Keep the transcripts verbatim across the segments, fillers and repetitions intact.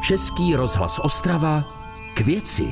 Český rozhlas Ostrava k věci.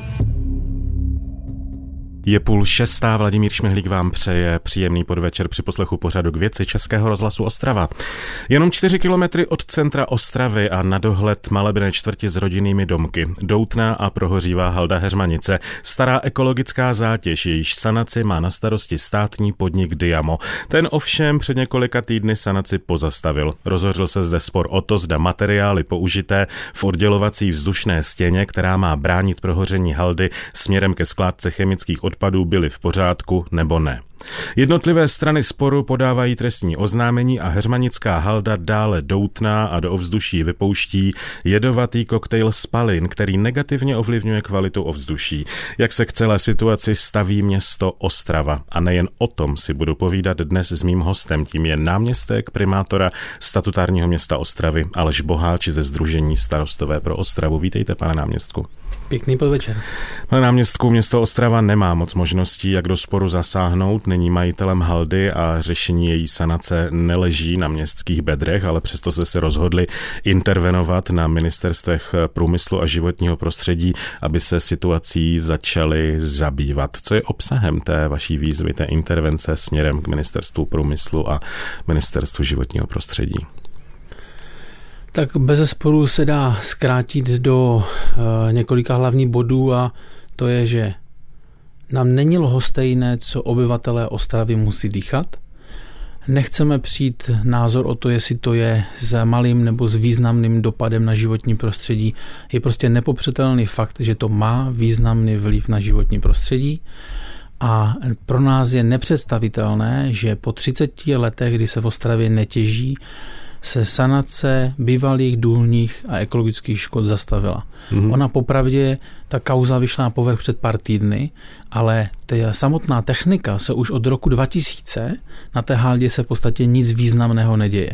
Je půl šestá, Vladimír Šmihlík vám přeje příjemný podvečer při poslechu pořadu K věci Českého rozhlasu Ostrava. Jenom čtyři kilometry od centra Ostravy a na dohled malebné čtvrti s rodinnými domky. Doutná a prohořívá halda Heřmanice. Stará ekologická zátěž, jejíž sanaci má na starosti státní podnik Diamo. Ten ovšem před několika týdny sanaci pozastavil. Rozhořel se zde spor o to, zda materiály použité v oddělovací vzdušné stěně, která má bránit prohoření haldy směrem ke skládce chemických odpadů, byly v pořádku nebo ne. Jednotlivé strany sporu podávají trestní oznámení a heřmanická halda dále doutná a do ovzduší vypouští jedovatý koktejl spalin, který negativně ovlivňuje kvalitu ovzduší. Jak se k celé situaci staví město Ostrava? A nejen o tom si budu povídat dnes s mým hostem, tím je náměstek primátora statutárního města Ostravy Aleš Boháč ze sdružení Starostové pro Ostravu. Vítejte, pane náměstku. Pěkný podvečer. Pane náměstku, město Ostrava nemá moc možností, jak do sporu zasáhnout, není majitelem haldy a řešení její sanace neleží na městských bedrech, ale přesto jste se rozhodli intervenovat na ministerstvech průmyslu a životního prostředí, aby se situací začali zabývat. Co je obsahem té vaší výzvy, té intervence směrem k ministerstvu průmyslu a ministerstvu životního prostředí? Tak bezesporu se dá zkrátit do e, několika hlavních bodů a to je, že nám není lhostejné, co obyvatelé Ostravy musí dýchat. Nechceme přijít názor o to, jestli to je s malým nebo s významným dopadem na životní prostředí. Je prostě nepopřetelný fakt, že to má významný vliv na životní prostředí. A pro nás je nepředstavitelné, že po třiceti letech, kdy se v Ostravě netěží, se sanace bývalých důlních a ekologických škod zastavila. Mm-hmm. Ona popravdě, ta kauza vyšla na povrch před pár týdny, ale ta samotná technika se už od roku dva tisíce na té haldě se v podstatě nic významného neděje.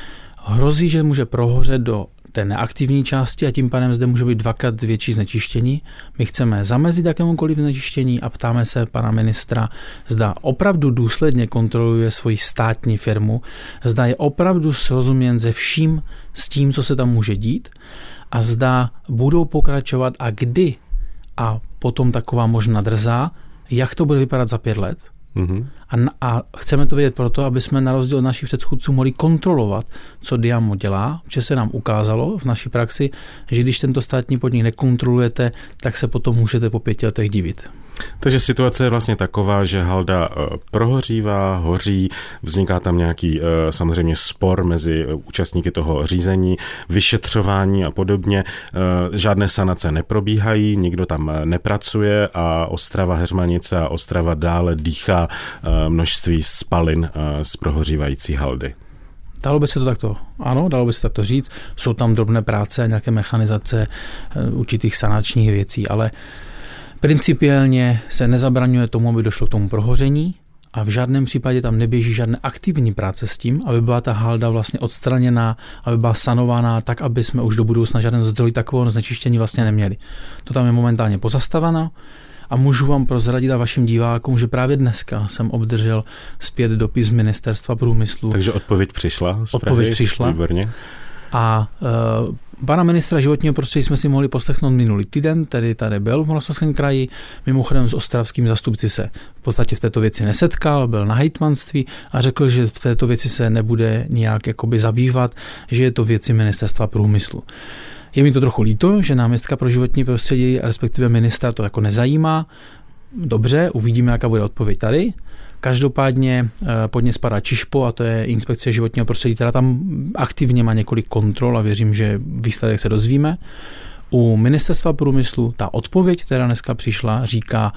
Hrozí, že může prohořet do té neaktivní části a tím pádem zde může být dvakrát větší znečištění. My chceme zamezit jakémukoliv znečištění a ptáme se pana ministra, zda opravdu důsledně kontroluje svoji státní firmu, zda je opravdu srozuměn se vším s tím, co se tam může dít a zda budou pokračovat a kdy a potom taková možná drzá, jak to bude vypadat za pět let. Mm-hmm. A, a chceme to vědět proto, aby jsme na rozdíl od našich předchůdců mohli kontrolovat, co Diamo dělá, že se nám ukázalo v naší praxi, že když tento státní podnik nekontrolujete, tak se potom můžete po pěti letech divit. Takže situace je vlastně taková, že halda prohořívá, hoří, vzniká tam nějaký samozřejmě spor mezi účastníky toho řízení, vyšetřování a podobně. Žádné sanace neprobíhají, nikdo tam nepracuje a Ostrava Heřmanice a Ostrava dále dýchá množství spalin z prohořívající haldy. Dalo by se to takto, ano, dalo by se takto říct. Jsou tam drobné práce, nějaké mechanizace určitých sanačních věcí, ale principiálně se nezabraňuje tomu, aby došlo k tomu prohoření a v žádném případě tam neběží žádné aktivní práce s tím, aby byla ta halda vlastně odstraněná, aby byla sanovaná tak, aby jsme už do budoucna žádný zdroj takového znečištění vlastně neměli. To tam je momentálně pozastaveno a můžu vám prozradit a vašim divákům, že právě dneska jsem obdržel zpět dopis z ministerstva průmyslu. Takže odpověď přišla? Odpověď přišla. Výborně. A uh, pana ministra životního prostředí jsme si mohli poslechnout minulý týden, tedy tady byl v Moravskoslezském kraji, mimochodem s ostravským zastupci se v podstatě v této věci nesetkal, byl na hejtmanství a řekl, že v této věci se nebude nijak jakoby zabývat, že je to věci ministerstva průmyslu. Je mi to trochu líto, že náměstka pro životní prostředí, respektive ministra to jako nezajímá. Dobře, uvidíme, jaká bude odpověď tady. Každopádně pod ně spadá ČIŽPO a to je inspekce životního prostředí, která tam aktivně má několik kontrol a věřím, že výsledek se dozvíme. U ministerstva průmyslu ta odpověď, která dneska přišla, říká,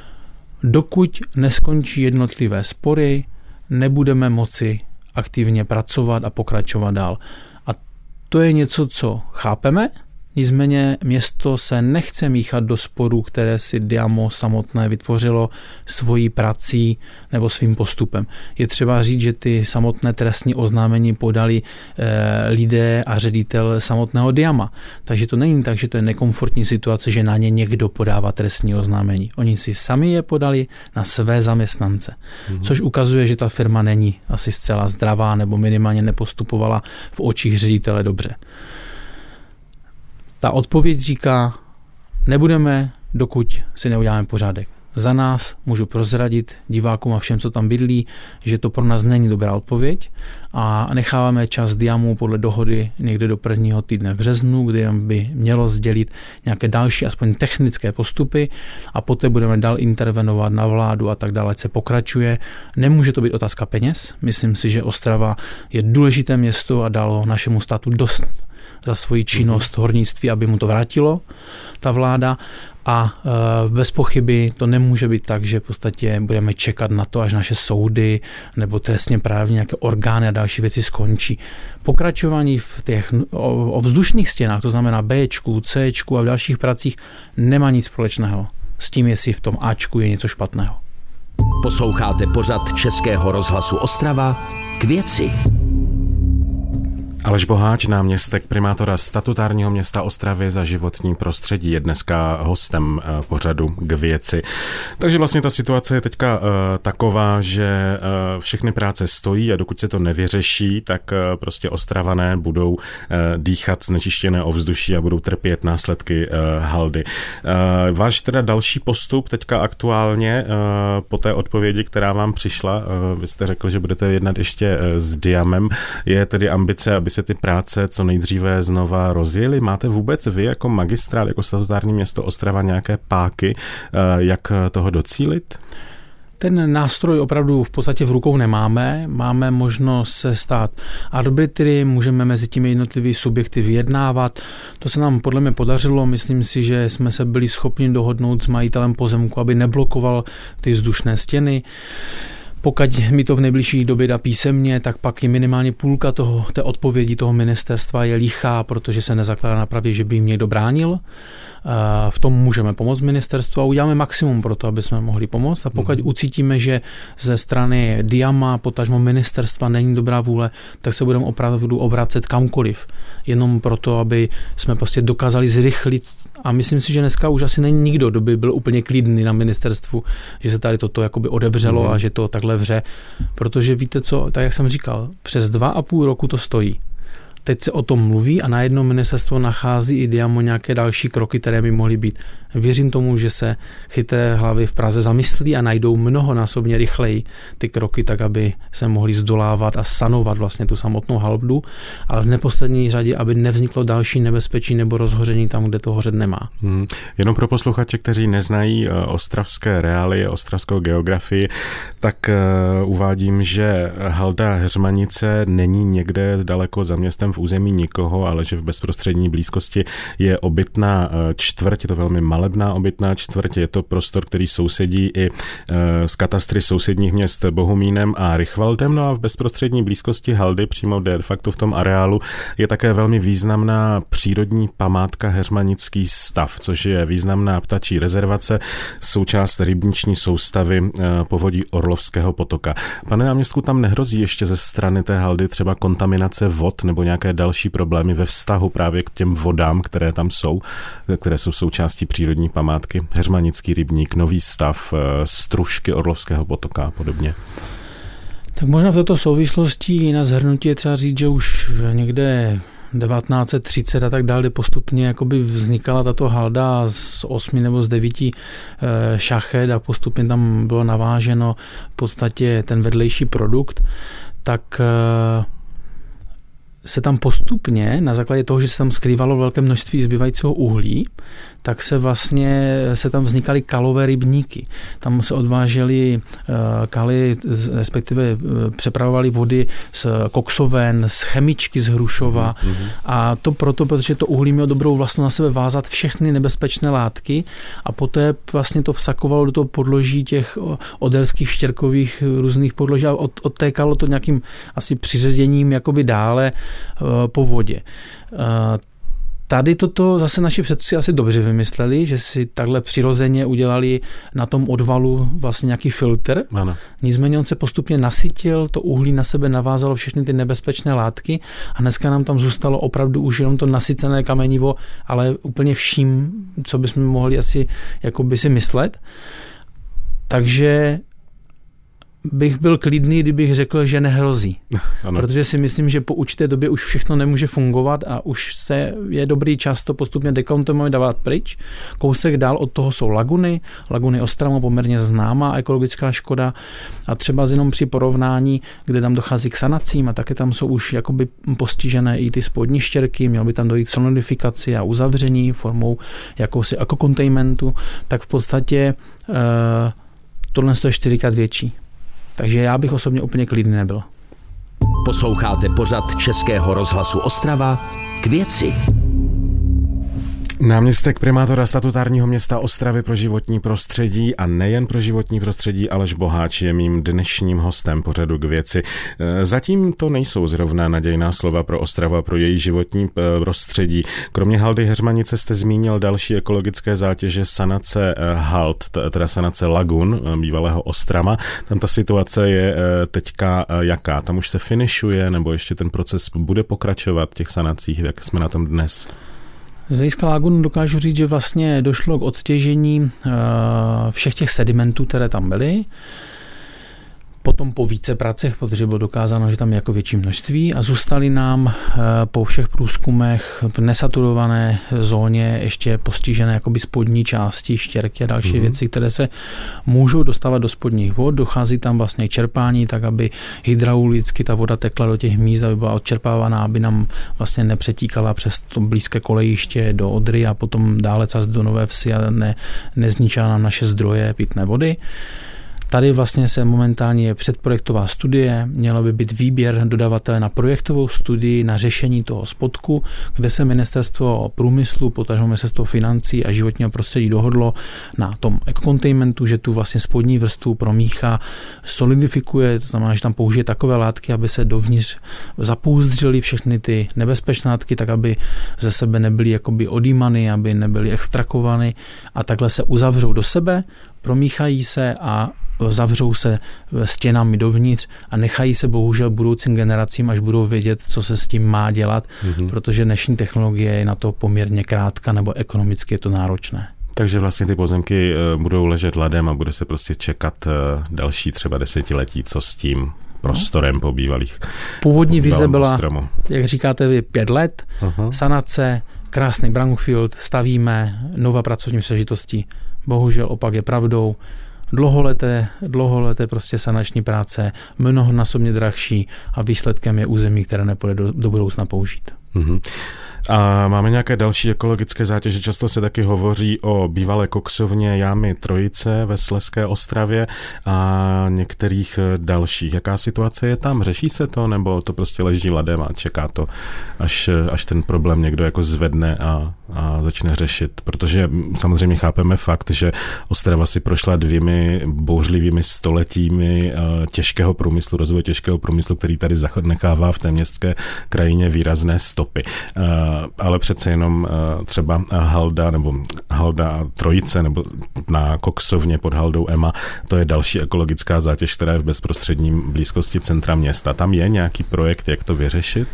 dokud neskončí jednotlivé spory, nebudeme moci aktivně pracovat a pokračovat dál. A to je něco, co chápeme, nicméně město se nechce míchat do sporů, které si Diamo samotné vytvořilo svojí prací nebo svým postupem. Je třeba říct, že ty samotné trestní oznámení podali e, lidé a ředitel samotného Diama. Takže to není tak, že to je nekomfortní situace, že na ně někdo podává trestní oznámení. Oni si sami je podali na své zaměstnance. Mm-hmm. Což ukazuje, že ta firma není asi zcela zdravá nebo minimálně nepostupovala v očích ředitele dobře. Ta odpověď říká, nebudeme, dokud si neuděláme pořádek. Za nás můžu prozradit divákům a všem, co tam bydlí, že to pro nás není dobrá odpověď a necháváme čas Diamu podle dohody někde do prvního týdne v březnu, kdy nám by mělo sdělit nějaké další, aspoň technické postupy a poté budeme dál intervenovat na vládu a tak dále, ať se pokračuje. Nemůže to být otázka peněz. Myslím si, že Ostrava je důležité město a dalo našemu státu dost za svoji činnost hornictví, aby mu to vrátilo, ta vláda. A e, bez pochyby to nemůže být tak, že v podstatě budeme čekat na to, až naše soudy nebo trestně právní nějaké orgány a další věci skončí. Pokračování v těch o, o vzdušných stěnách, to znamená Bčku, Cčku a v dalších pracích, nemá nic společného s tím, jestli v tom Ačku je něco špatného. Posloucháte pořad Českého rozhlasu Ostrava K věci. Aleš Boháč, náměstek primátora statutárního města Ostravy za životní prostředí, je dneska hostem pořadu K věci. Takže vlastně ta situace je teďka uh, taková, že uh, všechny práce stojí a dokud se to nevyřeší, tak uh, prostě Ostravané budou uh, dýchat znečištěné ovzduší a budou trpět následky uh, haldy. Uh, váš teda další postup teďka aktuálně uh, po té odpovědi, která vám přišla, uh, vy jste řekl, že budete jednat ještě uh, s Diamem, je tedy ambice, aby se ty práce co nejdříve znova rozjeli? Máte vůbec vy jako magistrát, jako statutární město Ostrava nějaké páky, jak toho docílit? Ten nástroj opravdu v podstatě v rukou nemáme. Máme možnost se stát arbitry, můžeme mezi těmi jednotlivými subjekty vyjednávat. To se nám podle mě podařilo. Myslím si, že jsme se byli schopni dohodnout s majitelem pozemku, aby neblokoval ty vzdušné stěny. Pokud mi to v nejbližší době dá písemně, tak pak i minimálně půlka toho, té odpovědi toho ministerstva je lichá, protože se nezakládá na pravdě, že by jim někdo bránil. V tom můžeme pomoct ministerstvu a uděláme maximum pro to, aby jsme mohli pomoct. A pokud mm. ucítíme, že ze strany Diama, potažmo ministerstva není dobrá vůle, tak se budeme opravdu obracet kamkoliv. Jenom proto, aby jsme prostě dokázali zrychlit. A myslím si, že dneska už asi není nikdo, kdo by byl úplně klidný na ministerstvu, že se tady toto jakoby odebřelo mm. a že to takhle vře. Protože víte co, tak jak jsem říkal, přes dva a půl roku to stojí. Teď se o tom mluví a najednou ministerstvo nachází i Diamo nějaké další kroky, které by mohly být. Věřím tomu, že se chytré hlavy v Praze zamyslí a najdou mnohonásobně rychleji ty kroky, tak aby se mohli zdolávat a sanovat vlastně tu samotnou haldu, ale v neposlední řadě, aby nevzniklo další nebezpečí nebo rozhoření tam, kde to hořet nemá. Hmm. Jenom pro posluchače, kteří neznají ostravské reálie, ostravskou geografii, tak uh, uvádím, že halda Heřmanice není někde daleko za městem v území nikoho, ale že v bezprostřední blízkosti je obytná čtvrť, je to velmi malebná obytná čtvrť, je to prostor, který sousedí i s katastry sousedních měst Bohumínem a Rychvaldem, no a v bezprostřední blízkosti haldy, přímo de facto v tom areálu, je také velmi významná přírodní památka Heřmanický stav, což je významná ptačí rezervace, součást rybniční soustavy povodí Orlovského potoka. Pane náměstku, tam nehrozí ještě ze strany té haldy třeba kontaminace vod nebo nějaké další problémy ve vztahu právě k těm vodám, které tam jsou, které jsou součástí přírodní památky? Heřmanický rybník, Nový stav, stružky Orlovského potoka a podobně. Tak možná v této souvislosti na shrnutí je třeba říct, že už někde devatenáct set třicet a tak dále postupně jakoby vznikala tato halda z osmi nebo z devíti šachet a postupně tam bylo naváženo v podstatě ten vedlejší produkt, tak se tam postupně, na základě toho, že se tam skrývalo velké množství zbývajícího uhlí, tak se vlastně se tam vznikaly kalové rybníky. Tam se odvážely kaly, respektive přepravovaly vody z koksoven, z chemičky z Hrušova mm-hmm. a to proto, protože to uhlí mělo dobrou vlastnost na sebe vázat všechny nebezpečné látky a poté vlastně to vsakovalo do toho podloží těch oderských štěrkových různých podloží a odtékalo to nějakým asi přiředěním jakoby dále po vodě. Tady toto zase naši předci asi dobře vymysleli, že si takhle přirozeně udělali na tom odvalu vlastně nějaký filtr. Ano. Nicméně on se postupně nasytil, to uhlí na sebe navázalo všechny ty nebezpečné látky a dneska nám tam zůstalo opravdu už jenom to nasycené kamenivo, ale úplně vším, co bychom mohli asi jakoby si myslet. Takže bych byl klidný, kdybych řekl, že nehrozí. Ano. Protože si myslím, že po určité době už všechno nemůže fungovat a už se je dobrý čas to postupně dekontaminovat pryč. Kousek dál od toho jsou laguny. Laguny Ostrava, poměrně známá ekologická škoda a třeba jenom při porovnání, kde tam dochází k sanacím a taky tam jsou už jakoby postižené i ty spodní štěrky, mělo by tam dojít k solidifikaci a uzavření formou jakousi ekokontainmentu, tak v podstatě uh, tohle je čtyřikrát větší. Takže já bych osobně úplně klidný nebyl. Posloucháte pořad Českého rozhlasu Ostrava K věci. Náměstek primátora statutárního města Ostravy pro životní prostředí a nejen pro životní prostředí Aleš Boháč je mým dnešním hostem pořadu K věci. Zatím to nejsou zrovna nadějná slova pro Ostravu a pro její životní prostředí. Kromě haldy Heřmanice jste zmínil další ekologické zátěže sanace hald, teda sanace lagun bývalého Ostrama. Tam ta situace je teďka jaká? Tam už se finišuje nebo ještě ten proces bude pokračovat v těch sanacích? Jak jsme na tom dnes? Z hlediska lagun dokážu říct, že vlastně došlo k odtěžení všech těch sedimentů, které tam byly. Potom po více pracech, protože bylo dokázáno, že tam je jako větší množství a zůstaly nám po všech průzkumech v nesaturované zóně ještě postižené jakoby spodní části, štěrky a další mm-hmm. věci, které se můžou dostávat do spodních vod. Dochází tam vlastně k čerpání, tak aby hydraulicky ta voda tekla do těch míst, aby byla odčerpávaná, aby nám vlastně nepřetíkala přes to blízké kolejiště do Odry a potom dále cas do Nové Vsi a ne, nezničila nám naše zdroje pitné vody. Tady vlastně se momentálně je předprojektová studie, mělo by být výběr dodavatele na projektovou studii na řešení toho spodku, kde se ministerstvo průmyslu, potažmo ministerstvo financí a životního prostředí dohodlo na tom ekokontainmentu, že tu vlastně spodní vrstvu promíchá, solidifikuje, to znamená, že tam použije takové látky, aby se dovnitř zapouzdřily všechny ty nebezpečné látky, tak aby ze sebe nebyly jakoby odjímany, aby nebyly extrakovány a takhle se uzavřou do sebe, promíchají se a zavřou se stěnami dovnitř a nechají se bohužel budoucím generacím, až budou vědět, co se s tím má dělat, mm-hmm. protože dnešní technologie je na to poměrně krátká nebo ekonomicky je to náročné. Takže vlastně ty pozemky budou ležet ladem a bude se prostě čekat další třeba desetiletí, co s tím prostorem po bývalých. Původní vize byla, Ostromu. Jak říkáte vy, pět let, uh-huh. sanace, krásný brownfield, stavíme, nové pracovní příležitosti. Bohužel opak je pravdou. Dlouholeté, dlouholeté prostě sanační práce, mnohonásobně drahší a výsledkem je území, které nepůjde do, do budoucna použít. Mm-hmm. A máme nějaké další ekologické zátěže. Často se taky hovoří o bývalé koksovně jámy Trojice ve Slezské Ostravě a některých dalších. Jaká situace je tam? Řeší se to, nebo to prostě leží ladem a čeká to, až, až ten problém někdo jako zvedne a, a začne řešit? Protože samozřejmě chápeme fakt, že Ostrava si prošla dvěmi bouřlivými stoletími těžkého průmyslu, rozvoje těžkého průmyslu, který tady nechává v té městské krajině výrazné stopy. Ale přece jenom třeba halda nebo halda Trojice nebo na koksovně pod haldou Ema, to je další ekologická zátěž, která je v bezprostředním blízkosti centra města. Tam je nějaký projekt, jak to vyřešit?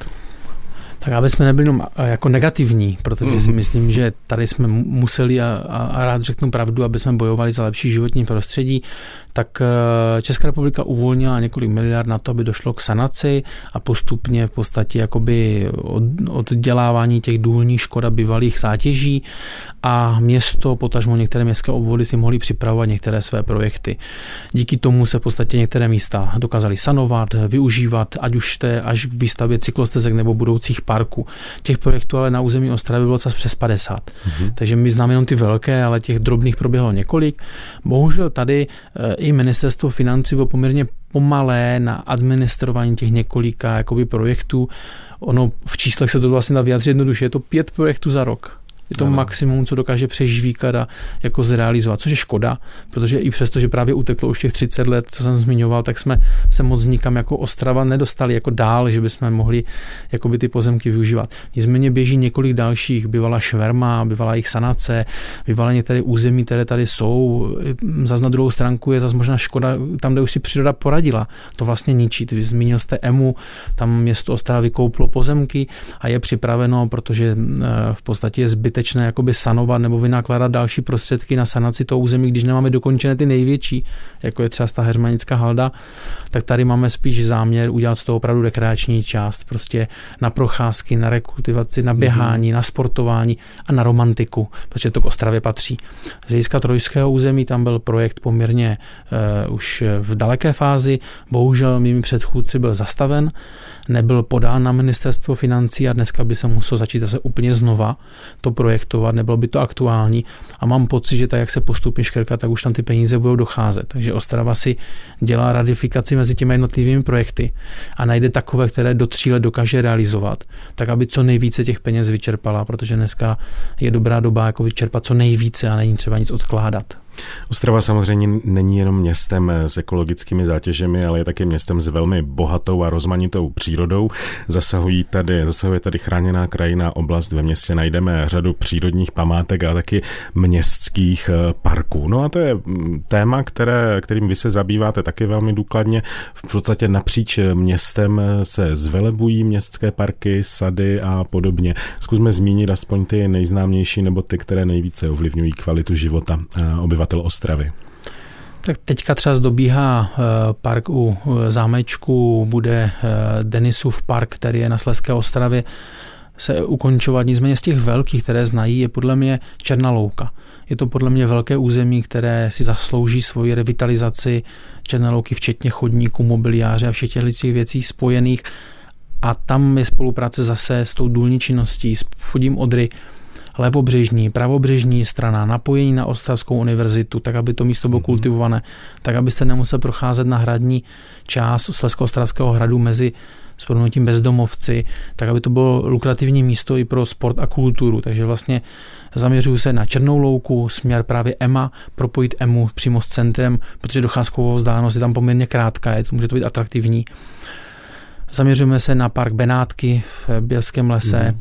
Tak aby jsme nebyli jenom jako negativní, protože mm. si myslím, že tady jsme museli a, a rád řeknu pravdu, aby jsme bojovali za lepší životní prostředí, tak Česká republika uvolnila několik miliard na to, aby došlo k sanaci a postupně v podstatě jakoby od, oddělávání těch důlních škod a bývalých zátěží a město, potažmo některé městské obvody si mohly připravovat některé své projekty. Díky tomu se v podstatě některé místa dokázaly sanovat, využívat, ať už té až k výstavbě cyklostezek nebo budoucích parků. Těch projektů ale na území Ostravy bylo čas přes padesát. Mm-hmm. Takže my známe jenom ty velké, ale těch drobných proběhlo několik. Bohužel tady i ministerstvo financí bylo poměrně pomalé na administrování těch několika jakoby projektů. Ono v číslech se to vlastně dá vyjádřit jednoduše. Je to pět projektů za rok. Je to ano. maximum, co dokáže přežvíkat a jako zrealizovat, což je škoda, protože i přesto, že právě uteklo už těch třicet let, co jsem zmiňoval, tak jsme se moc nikam jako Ostrava nedostali jako dál, že bychom mohli jakoby ty pozemky využívat. Nicméně běží několik dalších, bývala šverma, bývala jejich sanace, bývala některé území, které tady jsou. Zas na druhou stránku je zas možná škoda, tam, kde už si příroda poradila, to vlastně ničit. Vy zmínil jste Emu, tam město Ostrava vykouplo pozemky a je připraveno, protože v podstatě je zbytek zbytečné jakoby sanovat nebo vynakládat další prostředky na sanaci toho území, když nemáme dokončené ty největší, jako je třeba ta Heřmanická halda, tak tady máme spíš záměr udělat z toho opravdu rekreační část, prostě na procházky, na rekultivaci, na běhání, mm-hmm. na sportování a na romantiku, protože to k Ostravě patří. Z hlediska trojského území tam byl projekt poměrně uh, už v daleké fázi, bohužel mými předchůdci byl zastaven, nebyl podán na ministerstvo financí a dneska by se muselo začít zase úplně znova to projektovat, nebylo by to aktuální a mám pocit, že tak, jak se postupně škrká, tak už tam ty peníze budou docházet. Takže Ostrava si dělá ratifikaci mezi těmi jednotlivými projekty a najde takové, které do tří let dokáže realizovat, tak aby co nejvíce těch peněz vyčerpala, protože dneska je dobrá doba jako vyčerpat co nejvíce a není třeba nic odkládat. Ostrava samozřejmě není jenom městem s ekologickými zátěžemi, ale je také městem s velmi bohatou a rozmanitou přírodou. Zasahují tady, zasahuje tady chráněná krajinná oblast. Ve městě najdeme řadu přírodních památek a taky městských parků. No a to je téma, které, kterým vy se zabýváte taky velmi důkladně. V podstatě napříč městem se zvelebují městské parky, sady a podobně. Zkusme zmínit aspoň ty nejznámější nebo ty, které nejvíce ovlivňují kvalitu života obyvatel Ostravy. Tak teďka třeba dobíhá park u zámečku, bude Denisův park, který je na Slezské Ostravě, se ukončovat. Nicméně z těch velkých, které znají, je podle mě Černá Louka. Je to podle mě velké území, které si zaslouží svoji revitalizaci. Černé Louky, včetně chodníků, mobiliáře a všech těch věcí spojených. A tam je spolupráce zase s tou důlní činností, s Chudím Odry, levobřežní, pravobřežní strana, napojení na Ostravskou univerzitu, tak aby to místo bylo kultivované, tak abyste nemusel procházet na hradní část Slezsko-Ostravského hradu mezi s prominutím bezdomovci, tak aby to bylo lukrativní místo i pro sport a kulturu. Takže vlastně zaměřuju se na Černou Louku, směr právě Ema, propojit Emu přímo s centrem, protože docházková vzdálenost je tam poměrně krátká, je to může to být atraktivní. Zaměřujeme se na park Benátky v Bělském lese. Mm.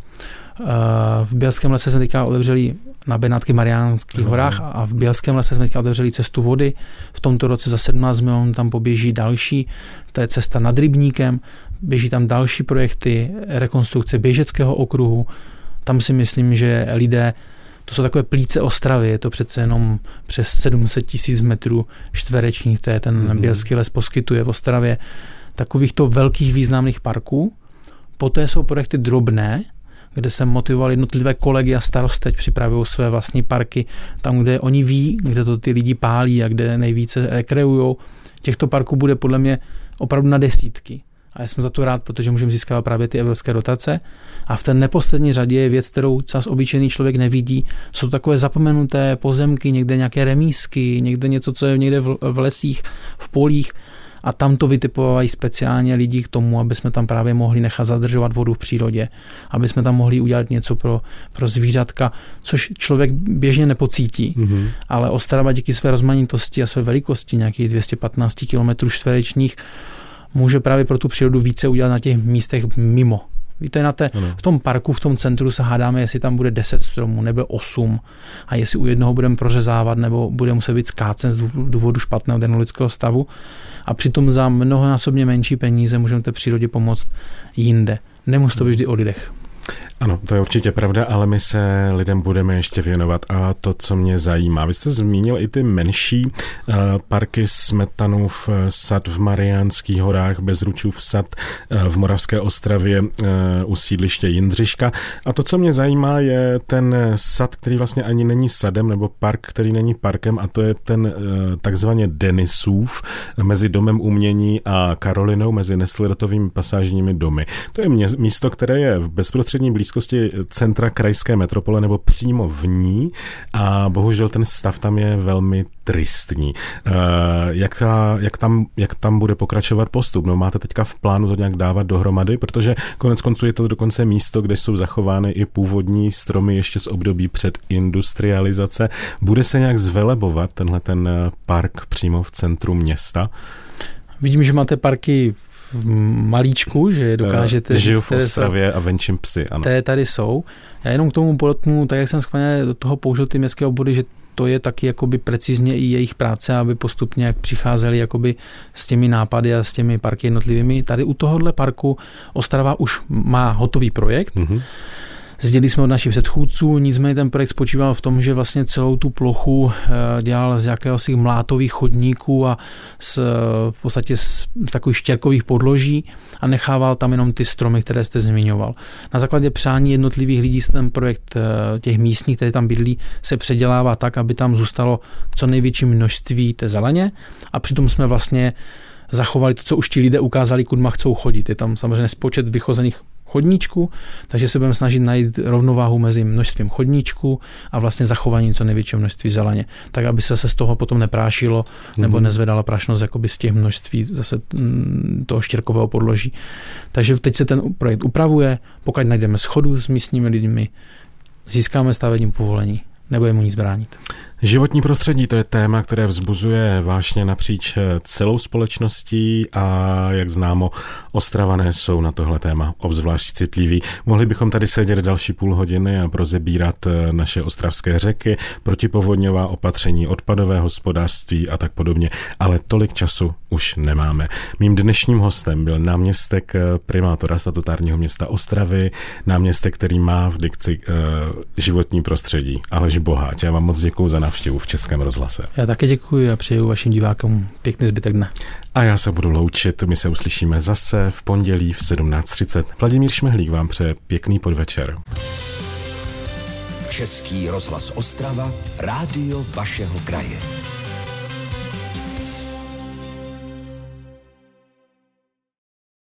V Bělském lese jsme teďka otevřeli na Benátky Mariánských horách a v Bělském lese jsme teďka otevřeli cestu vody. V tomto roce za sedmnáct milionů tam poběží další, to je cesta nad Rybníkem, běží tam další projekty, rekonstrukce běžeckého okruhu. Tam si myslím, že lidé, to jsou takové plíce Ostravy, je to přece jenom přes sedm set tisíc metrů čtverečních, to je ten mm-hmm. Bělský les poskytuje v Ostravě takovýchto velkých významných parků. Poté jsou projekty drobné, kde se motivovali jednotlivé kolegy a starost teď připravují své vlastní parky, tam, kde oni ví, kde to ty lidi pálí a kde nejvíce rekreujou. Těchto parků bude podle mě opravdu na desítky. A já jsem za to rád, protože můžeme získávat právě ty evropské dotace. A v té neposlední řadě je věc, kterou čas obyčejný člověk nevidí. Jsou takové zapomenuté pozemky, někde nějaké remísky, někde něco, co je někde v lesích, v polích. A tam to vytipovají speciálně lidi k tomu, aby jsme tam právě mohli nechat zadržovat vodu v přírodě, aby jsme tam mohli udělat něco pro, pro zvířatka, což člověk běžně nepocítí. Mm-hmm. Ale Ostrava díky své rozmanitosti a své velikosti, nějakých dvě stě patnáct kilometrů čtverečních, může právě pro tu přírodu více udělat na těch místech mimo. Víte, na té, v tom parku, v tom centru se hádáme, jestli tam bude deset stromů nebo osm a jestli u jednoho budeme prořezávat nebo bude muset být skácen z důvodu špatného denolického stavu. A přitom za mnohonásobně menší peníze můžeme té přírodě pomoct jinde. Nemusí to být vždy o lidech. Ano, to je určitě pravda, ale my se lidem budeme ještě věnovat a to, co mě zajímá. Vy jste zmínil i ty menší uh, parky, Smetanův sad v Mariánských horách, Bezručův sad uh, v Moravské Ostravě, uh, u sídliště Jindřiška. A to, co mě zajímá, je ten sad, který vlastně ani není sadem, nebo park, který není parkem, a to je ten uh, takzvaně Denisův mezi Domem umění a Karolinou, mezi Nesledotovými pasážními domy. To je mě, místo, které je v bezprostřední blízkosti centra krajské metropole nebo přímo v ní a bohužel ten stav tam je velmi tristní. Jak, ta, jak, tam, jak tam bude pokračovat postup? No, máte teďka v plánu to nějak dávat dohromady, protože konec konců je to dokonce místo, kde jsou zachovány i původní stromy ještě z období před industrializace. Bude se nějak zvelebovat tenhle ten park přímo v centru města? Vidím, že máte parky v malíčku, že je dokážete... Žiju v Ostravě a venčím psy, ano. Té tady jsou. Já jenom k tomu podotknu, tak jak jsem schválně do toho použil ty městské obvody, že to je taky jakoby precizně i jejich práce, aby postupně jak přicházeli jakoby s těmi nápady a s těmi parky jednotlivými. Tady u tohohle parku Ostrava už má hotový projekt. Mm-hmm. Zdědili jsme od našich předchůdců, nicméně ten projekt spočíval v tom, že vlastně celou tu plochu dělal z jakéhosi mlátových chodníků a z, v podstatě z, z takových štěrkových podloží a nechával tam jenom ty stromy, které jste zmiňoval. Na základě přání jednotlivých lidí se ten projekt těch místních, kteří tam bydlí, se předělává tak, aby tam zůstalo co největší množství té zeleně a přitom jsme vlastně zachovali to, co už ti lidé ukázali, kudma chcou chodit. Je tam samozřejmě spočet vychozených chodníčků, takže se budeme snažit najít rovnováhu mezi množstvím chodníčků a vlastně zachováním co největšího množství zeleně, tak aby se, se z toho potom neprášilo nebo nezvedala prašnost jakoby z těch množství zase toho štěrkového podloží. Takže teď se ten projekt upravuje, pokud najdeme shodu s místními lidmi, získáme stavební povolení, nebudeme mu nic bránit. Životní prostředí, to je téma, které vzbuzuje vášně napříč celou společností a jak známo, Ostravané jsou na tohle téma obzvlášť citliví. Mohli bychom tady sedět další půl hodiny a rozebírat naše ostravské řeky, protipovodňová opatření, odpadové hospodářství a tak podobně, ale tolik času už nemáme. Mým dnešním hostem byl náměstek primátora statutárního města Ostravy, náměstek, který má v dikci uh, životní prostředí. Aleš Boháč, já vám moc děkuju za návštěvu v Českém rozhlase. Já také děkuji a přeju vašim divákům pěkný zbytek dne. A já se budu loučit, my se uslyšíme zase v pondělí v sedmnáct třicet. Vladimír Šmehlík vám přeje pěkný podvečer. Český rozhlas Ostrava, rádio vašeho kraje.